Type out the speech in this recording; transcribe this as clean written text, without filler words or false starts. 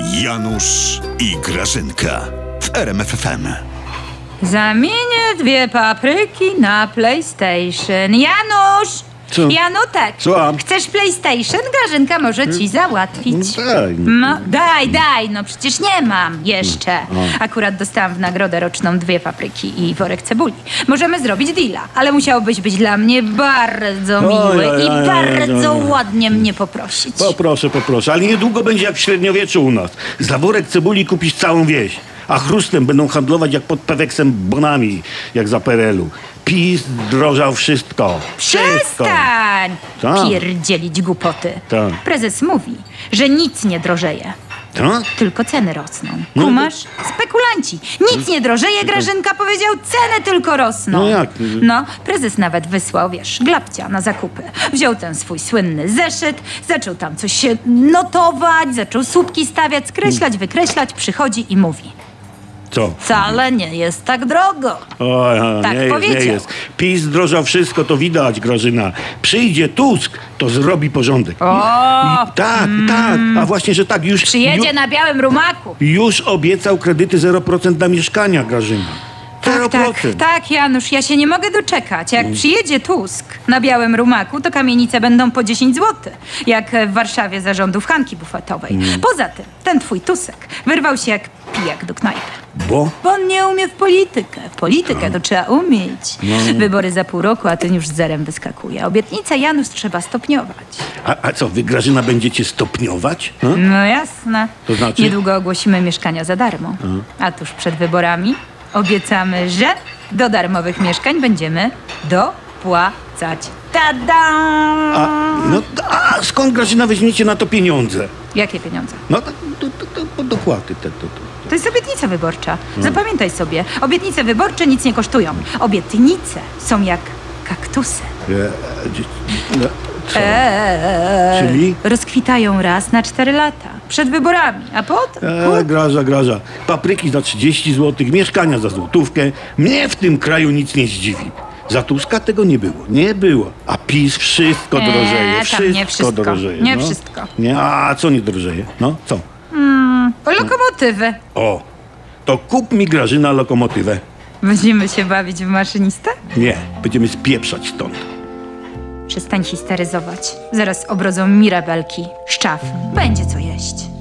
Janusz i Grażynka w RMF FM. Zamienię 2 papryki na PlayStation. Janusz! Co? Janutek! Słucham. Chcesz PlayStation? Grażynka może ci załatwić. Daj. No, daj, no przecież nie mam jeszcze. Akurat dostałam w nagrodę roczną 2 papryki i worek cebuli. Możemy zrobić deala, ale musiałbyś być dla mnie bardzo miły i bardzo ładnie mnie poprosić. Poproszę, ale niedługo będzie jak w średniowieczu u nas. Za worek cebuli kupisz całą wieś, a chrustem będą handlować jak pod Peweksem bonami, jak za PRL-u. PiS drożał wszystko. Przestań Tak. pierdzielić głupoty. Tak. Prezes mówi, że nic nie drożeje. Tak? Tylko ceny rosną. No Kumasz? Spekulanci. Nic nie drożeje, Grażynka powiedział, ceny tylko rosną. No jak? No, prezes nawet wysłał, glapcia na zakupy. Wziął ten swój słynny zeszyt, zaczął tam coś się notować, zaczął słupki stawiać, skreślać, wykreślać, przychodzi i mówi: Co? wcale nie jest tak drogo. Tak nie powiedział. jest. PiS drożał wszystko, to widać, Grażyna. Przyjdzie Tusk, to zrobi porządek. Tak, a właśnie, że tak, już... Przyjedzie na białym rumaku. Już obiecał kredyty 0% na mieszkania, Grażyna. 0%. Tak, Janusz, ja się nie mogę doczekać. Jak przyjedzie Tusk na białym rumaku, to kamienice będą po 10 zł. Jak w Warszawie za rządów Hanki Bufetowej. Poza tym, ten twój Tusek wyrwał się jak pijak do knajpy. Bo? Bo on nie umie w politykę. W politykę to trzeba umieć. Wybory za pół roku, a ten już z zerem wyskakuje. Obietnica, Janusz, trzeba stopniować. A co, wy, Grażyna, będziecie stopniować? No jasne. To znaczy? Niedługo ogłosimy mieszkania za darmo. A tuż przed wyborami obiecamy, że do darmowych mieszkań będziemy dopłacać. Tada! A skąd, Grażyna, weźmiecie na to pieniądze? Jakie pieniądze? No, to dopłaty te. To jest obietnica wyborcza. Zapamiętaj sobie. Obietnice wyborcze nic nie kosztują. Obietnice są jak kaktusy. Co? Czyli? Rozkwitają raz na 4 lata. Przed wyborami. A potem? Graża. Papryki za 30 zł, mieszkania za złotówkę. Mnie w tym kraju nic nie zdziwi. Za Tuska tego nie było. Nie było. A PiS wszystko drożeje. Tam nie wszystko. drożeje. Nie no. wszystko. Nie, a co nie drożeje? No, co? Lokomotywy. O, to kup mi, Grażyna, lokomotywę. Będziemy się bawić w maszynistę? Nie, będziemy spieprzać stąd. Przestań histeryzować. Zaraz obrodzą mirabelki. Szczaw. Będzie co jeść.